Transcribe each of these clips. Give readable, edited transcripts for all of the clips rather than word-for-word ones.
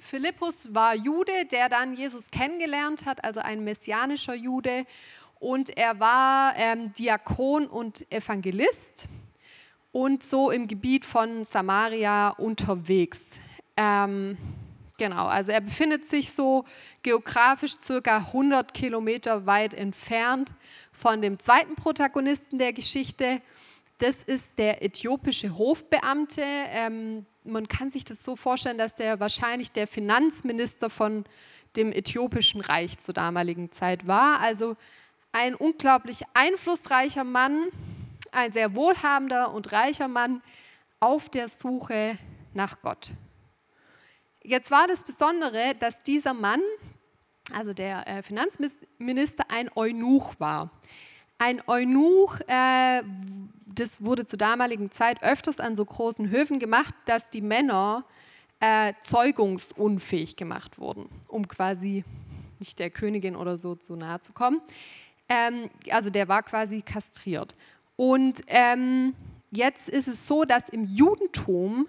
Philippus war Jude, der dann Jesus kennengelernt hat, also ein messianischer Jude. Und er war Diakon und Evangelist und so im Gebiet von Samaria unterwegs. Genau, also er befindet sich so geografisch circa 100 Kilometer weit entfernt von dem zweiten Protagonisten der Geschichte. Das ist der äthiopische Hofbeamte. Man kann sich das so vorstellen, dass der wahrscheinlich der Finanzminister von dem äthiopischen Reich zur damaligen Zeit war. Also ein unglaublich einflussreicher Mann, ein sehr wohlhabender und reicher Mann auf der Suche nach Gott. Jetzt war das Besondere, dass dieser Mann, also der Finanzminister, ein Eunuch war. Ein Eunuch, das wurde zur damaligen Zeit öfters an so großen Höfen gemacht, dass die Männer zeugungsunfähig gemacht wurden, um quasi nicht der Königin oder so zu nahe zu kommen. Also der war quasi kastriert. Und jetzt ist es so, dass im Judentum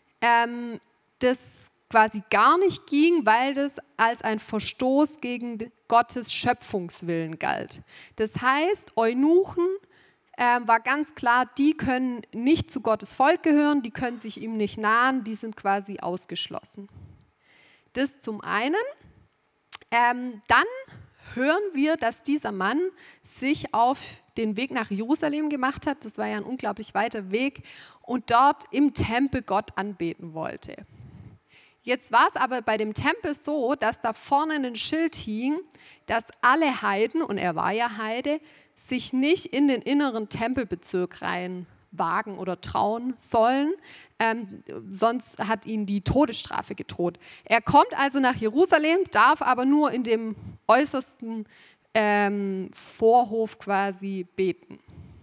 das quasi gar nicht ging, weil das als ein Verstoß gegen Gottes Schöpfungswillen galt. Das heißt, Eunuchen war ganz klar, die können nicht zu Gottes Volk gehören, die können sich ihm nicht nahen, die sind quasi ausgeschlossen. Das zum einen. Dann hören wir, dass dieser Mann sich auf den Weg nach Jerusalem gemacht hat, das war ja ein unglaublich weiter Weg, und dort im Tempel Gott anbeten wollte. Jetzt war es aber bei dem Tempel so, dass da vorne ein Schild hing, dass alle Heiden, und er war ja Heide, sich nicht in den inneren Tempelbezirk rein wagen oder trauen sollen, sonst hat ihnen die Todesstrafe gedroht. Er kommt also nach Jerusalem, darf aber nur in dem äußersten Vorhof quasi beten.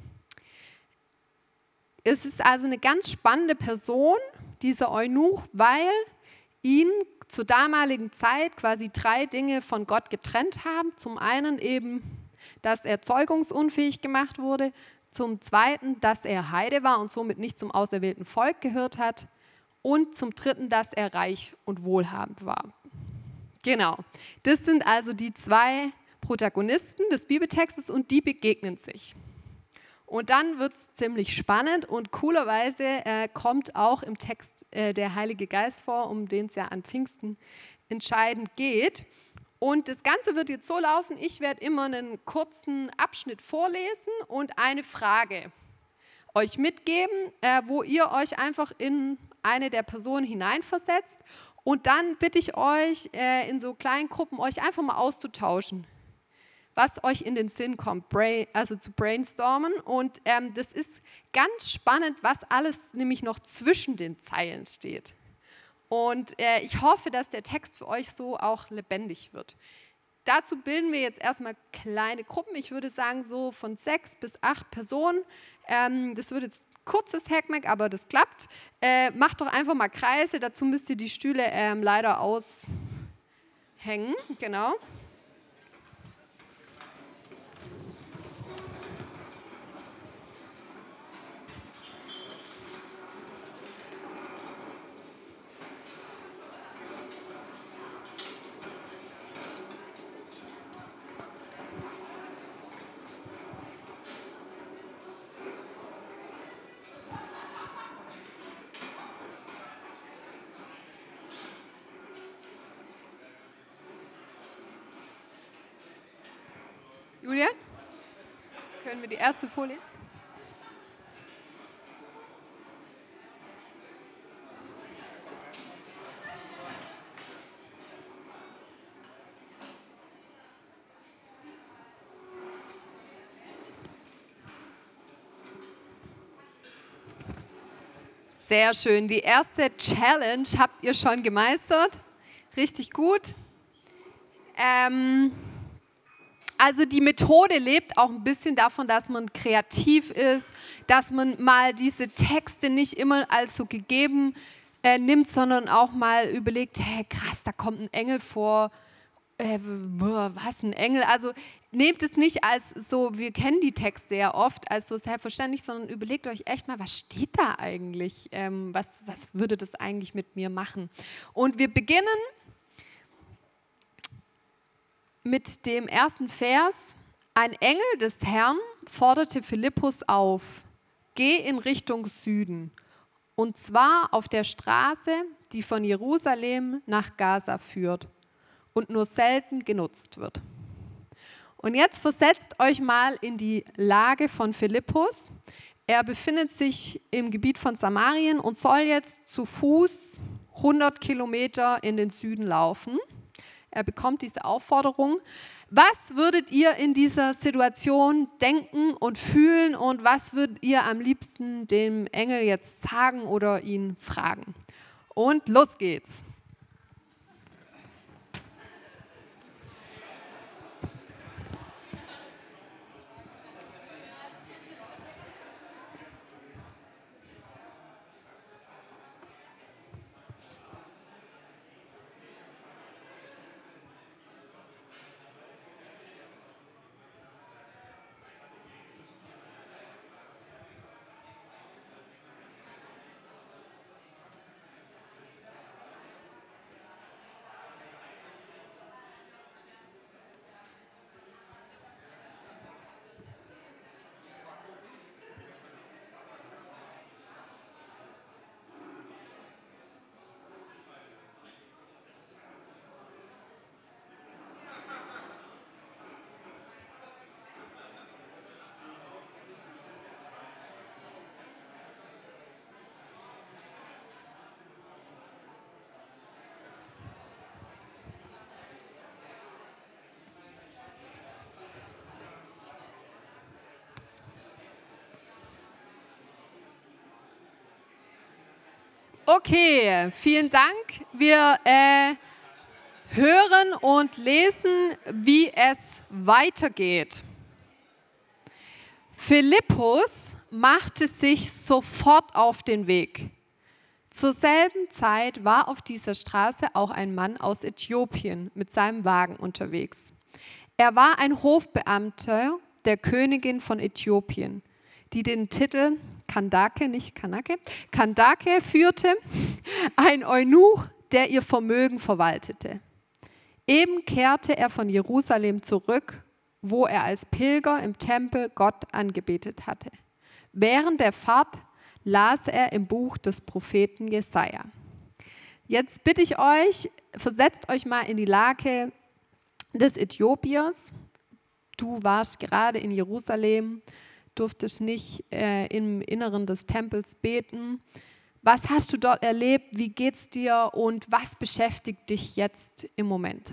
Es ist also eine ganz spannende Person, dieser Eunuch, weil ihn zur damaligen Zeit quasi 3 Dinge von Gott getrennt haben. Zum einen eben, dass er zeugungsunfähig gemacht wurde. Zum Zweiten, dass er Heide war und somit nicht zum auserwählten Volk gehört hat. Und zum Dritten, dass er reich und wohlhabend war. Genau, das sind also die 2 Protagonisten des Bibeltextes und die begegnen sich. Und dann wird es ziemlich spannend und coolerweise kommt auch im Text der Heilige Geist vor, um den es ja an Pfingsten entscheidend geht. Und das Ganze wird jetzt so laufen, ich werde immer einen kurzen Abschnitt vorlesen und eine Frage euch mitgeben, wo ihr euch einfach in eine der Personen hineinversetzt. Und dann bitte ich euch, in so kleinen Gruppen euch einfach mal auszutauschen, was euch in den Sinn kommt, also zu brainstormen. Und das ist ganz spannend, was alles nämlich noch zwischen den Zeilen steht. Und ich hoffe, dass der Text für euch so auch lebendig wird. Dazu bilden wir jetzt erstmal kleine Gruppen. Ich würde sagen, so von 6 bis 8 Personen. Das wird jetzt ein kurzes Hackmack, aber das klappt. Macht doch einfach mal Kreise. Dazu müsst ihr die Stühle leider aushängen. Genau. Julia, können wir die erste Folie? Sehr schön. Die erste Challenge habt ihr schon gemeistert. Richtig gut. Also die Methode lebt auch ein bisschen davon, dass man kreativ ist, dass man mal diese Texte nicht immer als so gegeben nimmt, sondern auch mal überlegt, hey krass, da kommt ein Engel vor, was, ein Engel? Also nehmt es nicht als so, wir kennen die Texte ja oft, als so selbstverständlich, sondern überlegt euch echt mal, was steht da eigentlich? Was würde das eigentlich mit mir machen? Und wir beginnen mit dem ersten Vers: Ein Engel des Herrn forderte Philippus auf, geh in Richtung Süden, und zwar auf der Straße, die von Jerusalem nach Gaza führt und nur selten genutzt wird. Und jetzt versetzt euch mal in die Lage von Philippus. Er befindet sich im Gebiet von Samarien und soll jetzt zu Fuß 100 Kilometer in den Süden laufen. Er bekommt diese Aufforderung. Was würdet ihr in dieser Situation denken und fühlen und was würdet ihr am liebsten dem Engel jetzt sagen oder ihn fragen? Und los geht's. Okay, vielen Dank. Wir hören und lesen, wie es weitergeht. Philippus machte sich sofort auf den Weg. Zur selben Zeit war auf dieser Straße auch ein Mann aus Äthiopien mit seinem Wagen unterwegs. Er war ein Hofbeamter der Königin von Äthiopien, die den Titel Kandake, nicht Kanake, Kandake führte, ein Eunuch, der ihr Vermögen verwaltete. Eben kehrte er von Jerusalem zurück, wo er als Pilger im Tempel Gott angebetet hatte. Während der Fahrt las er im Buch des Propheten Jesaja. Jetzt bitte ich euch, versetzt euch mal in die Lage des Äthiopiers. Du warst gerade in Jerusalem, durftest nicht im Inneren des Tempels beten. Was hast du dort erlebt? Wie geht's dir und was beschäftigt dich jetzt im Moment?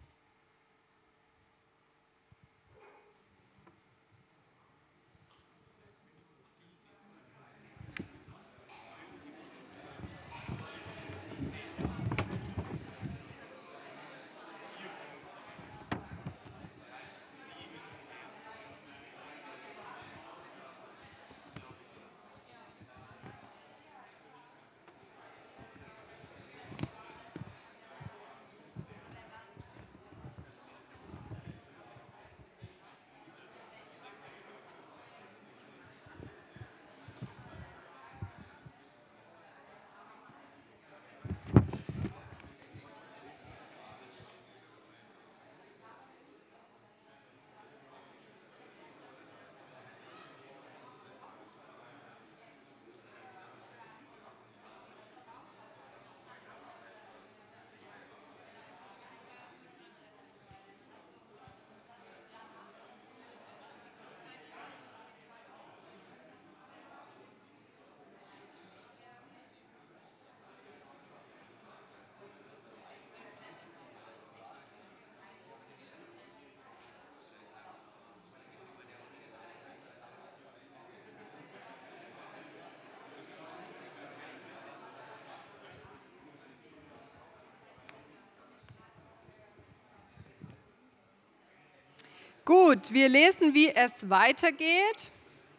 Gut, wir lesen, wie es weitergeht.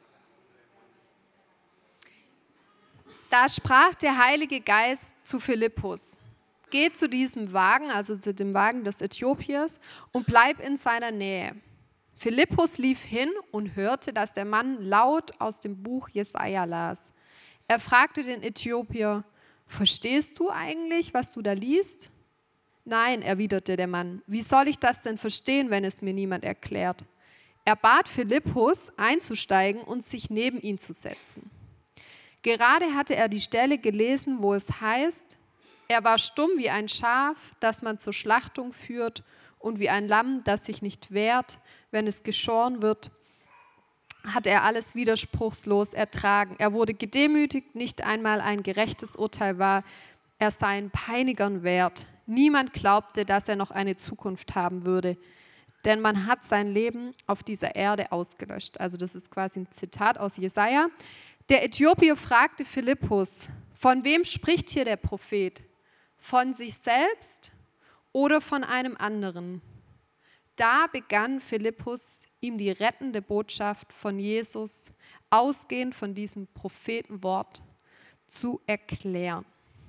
Da sprach der Heilige Geist zu Philippus: Geh zu diesem Wagen, also zu dem Wagen des Äthiopiers, und bleib in seiner Nähe. Philippus lief hin und hörte, dass der Mann laut aus dem Buch Jesaja las. Er fragte den Äthiopier: Verstehst du eigentlich, was du da liest? Nein, erwiderte der Mann, wie soll ich das denn verstehen, wenn es mir niemand erklärt? Er bat Philippus, einzusteigen und sich neben ihn zu setzen. Gerade hatte er die Stelle gelesen, wo es heißt, er war stumm wie ein Schaf, das man zur Schlachtung führt, und wie ein Lamm, das sich nicht wehrt, wenn es geschoren wird, hat er alles widerspruchslos ertragen. Er wurde gedemütigt, nicht einmal ein gerechtes Urteil war er seinen Peinigern wert. Niemand glaubte, dass er noch eine Zukunft haben würde, denn man hat sein Leben auf dieser Erde ausgelöscht. Also das ist quasi ein Zitat aus Jesaja. Der Äthiopier fragte Philippus, von wem spricht hier der Prophet? Von sich selbst oder von einem anderen? Da begann Philippus, ihm die rettende Botschaft von Jesus, ausgehend von diesem Prophetenwort, zu erklären.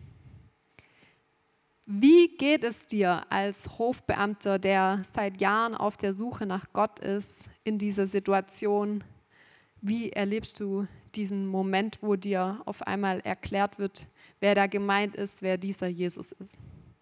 Wie geht es dir als Hofbeamter, der seit Jahren auf der Suche nach Gott ist, in dieser Situation? Wie erlebst du diesen Moment, wo dir auf einmal erklärt wird, wer da gemeint ist, wer dieser Jesus ist?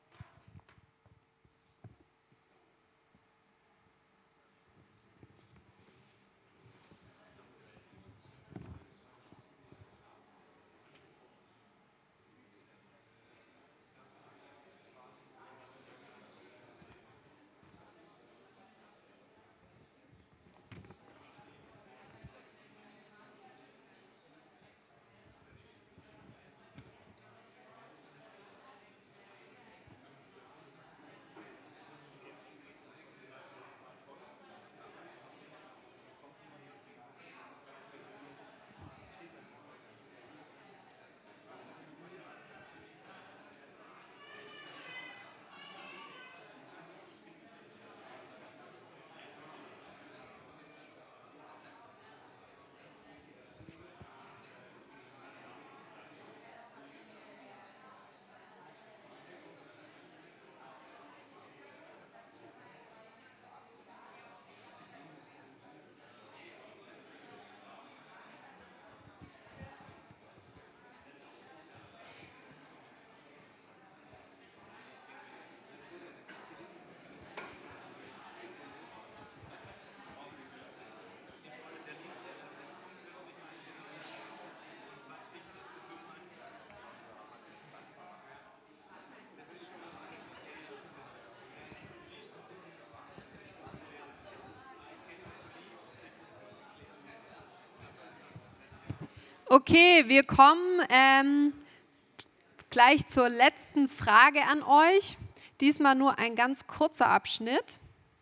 Okay, wir kommen gleich zur letzten Frage an euch. Diesmal nur ein ganz kurzer Abschnitt.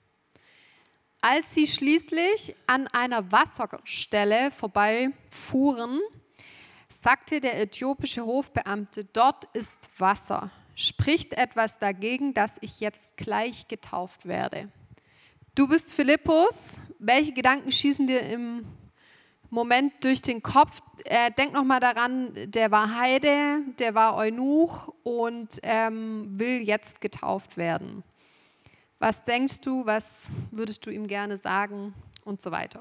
Als sie schließlich an einer Wasserstelle vorbeifuhren, sagte der äthiopische Hofbeamte, dort ist Wasser. Spricht etwas dagegen, dass ich jetzt gleich getauft werde? Du bist Philippus. Welche Gedanken schießen dir im Moment durch den Kopf? Denk nochmal daran, der war Heide, der war Eunuch und will jetzt getauft werden. Was denkst du, was würdest du ihm gerne sagen und so weiter?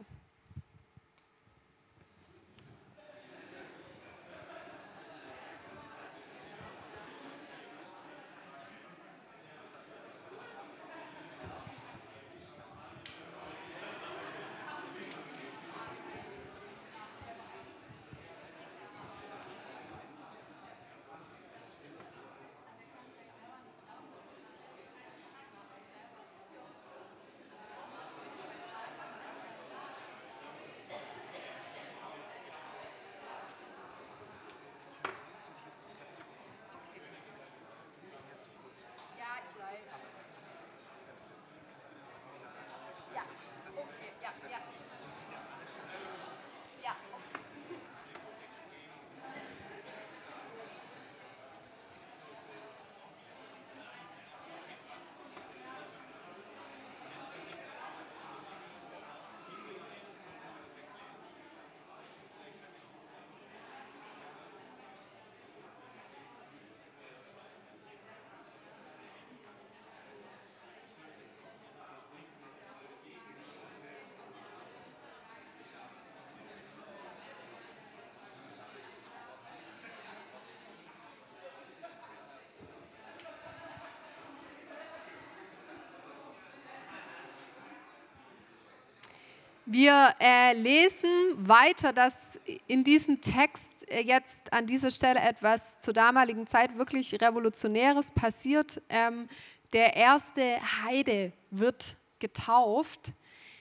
Wir lesen weiter, dass in diesem Text jetzt an dieser Stelle etwas zur damaligen Zeit wirklich Revolutionäres passiert. Der erste Heide wird getauft.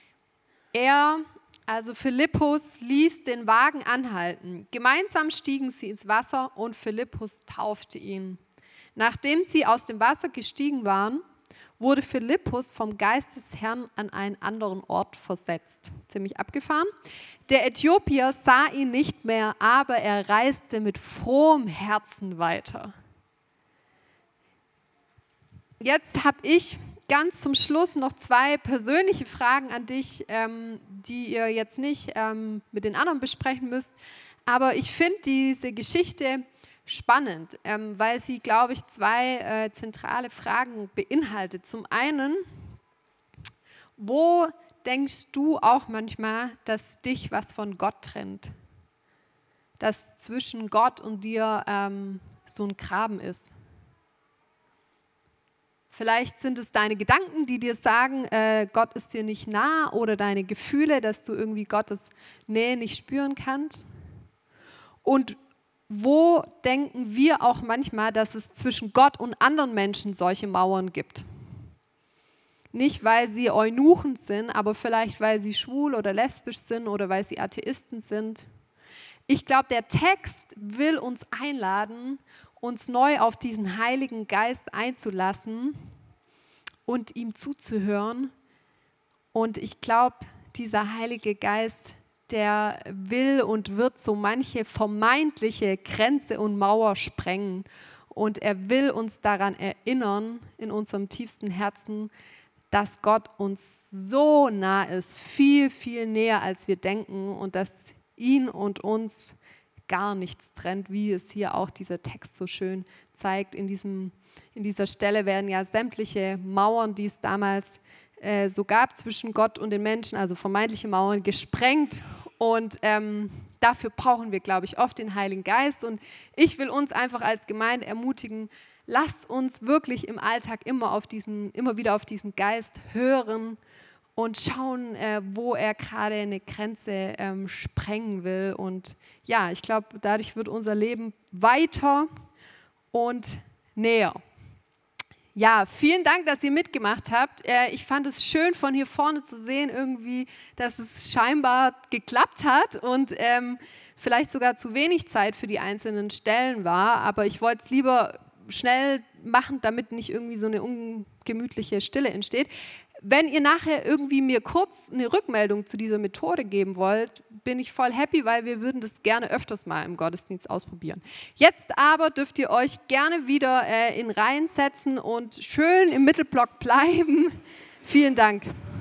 Also Philippus, ließ den Wagen anhalten. Gemeinsam stiegen sie ins Wasser und Philippus taufte ihn. Nachdem sie aus dem Wasser gestiegen waren, wurde Philippus vom Geist des Herrn an einen anderen Ort versetzt. Ziemlich abgefahren. Der Äthiopier sah ihn nicht mehr, aber er reiste mit frohem Herzen weiter. Jetzt habe ich ganz zum Schluss noch 2 persönliche Fragen an dich, die ihr jetzt nicht mit den anderen besprechen müsst. Aber ich finde diese Geschichte spannend, weil sie, glaube ich, 2 zentrale Fragen beinhaltet. Zum einen, wo denkst du auch manchmal, dass dich was von Gott trennt? Dass zwischen Gott und dir so ein Graben ist? Vielleicht sind es deine Gedanken, die dir sagen, Gott ist dir nicht nah, oder deine Gefühle, dass du irgendwie Gottes Nähe nicht spüren kannst. Und wo denken wir auch manchmal, dass es zwischen Gott und anderen Menschen solche Mauern gibt? Nicht, weil sie Eunuchen sind, aber vielleicht, weil sie schwul oder lesbisch sind oder weil sie Atheisten sind. Ich glaube, der Text will uns einladen, uns neu auf diesen Heiligen Geist einzulassen und ihm zuzuhören. Und ich glaube, dieser Heilige Geist, der will und wird so manche vermeintliche Grenze und Mauer sprengen. Und er will uns daran erinnern, in unserem tiefsten Herzen, dass Gott uns so nah ist, viel, viel näher, als wir denken, und dass ihn und uns gar nichts trennt, wie es hier auch dieser Text so schön zeigt. In dieser Stelle werden ja sämtliche Mauern, die es damals so gab zwischen Gott und den Menschen, also vermeintliche Mauern, gesprengt. Und dafür brauchen wir, glaube ich, oft den Heiligen Geist. Und ich will uns einfach als Gemeinde ermutigen, lasst uns wirklich im Alltag immer wieder auf diesen Geist hören und schauen, wo er gerade eine Grenze sprengen will. Und ja, ich glaube, dadurch wird unser Leben weiter und näher. Ja, vielen Dank, dass ihr mitgemacht habt. Ich fand es schön, von hier vorne zu sehen, irgendwie, dass es scheinbar geklappt hat und vielleicht sogar zu wenig Zeit für die einzelnen Stellen war. Aber ich wollte es lieber schnell machen, damit nicht irgendwie so eine ungemütliche Stille entsteht. Wenn ihr nachher irgendwie mir kurz eine Rückmeldung zu dieser Methode geben wollt, bin ich voll happy, weil wir würden das gerne öfters mal im Gottesdienst ausprobieren. Jetzt aber dürft ihr euch gerne wieder in Reihen setzen und schön im Mittelblock bleiben. Vielen Dank.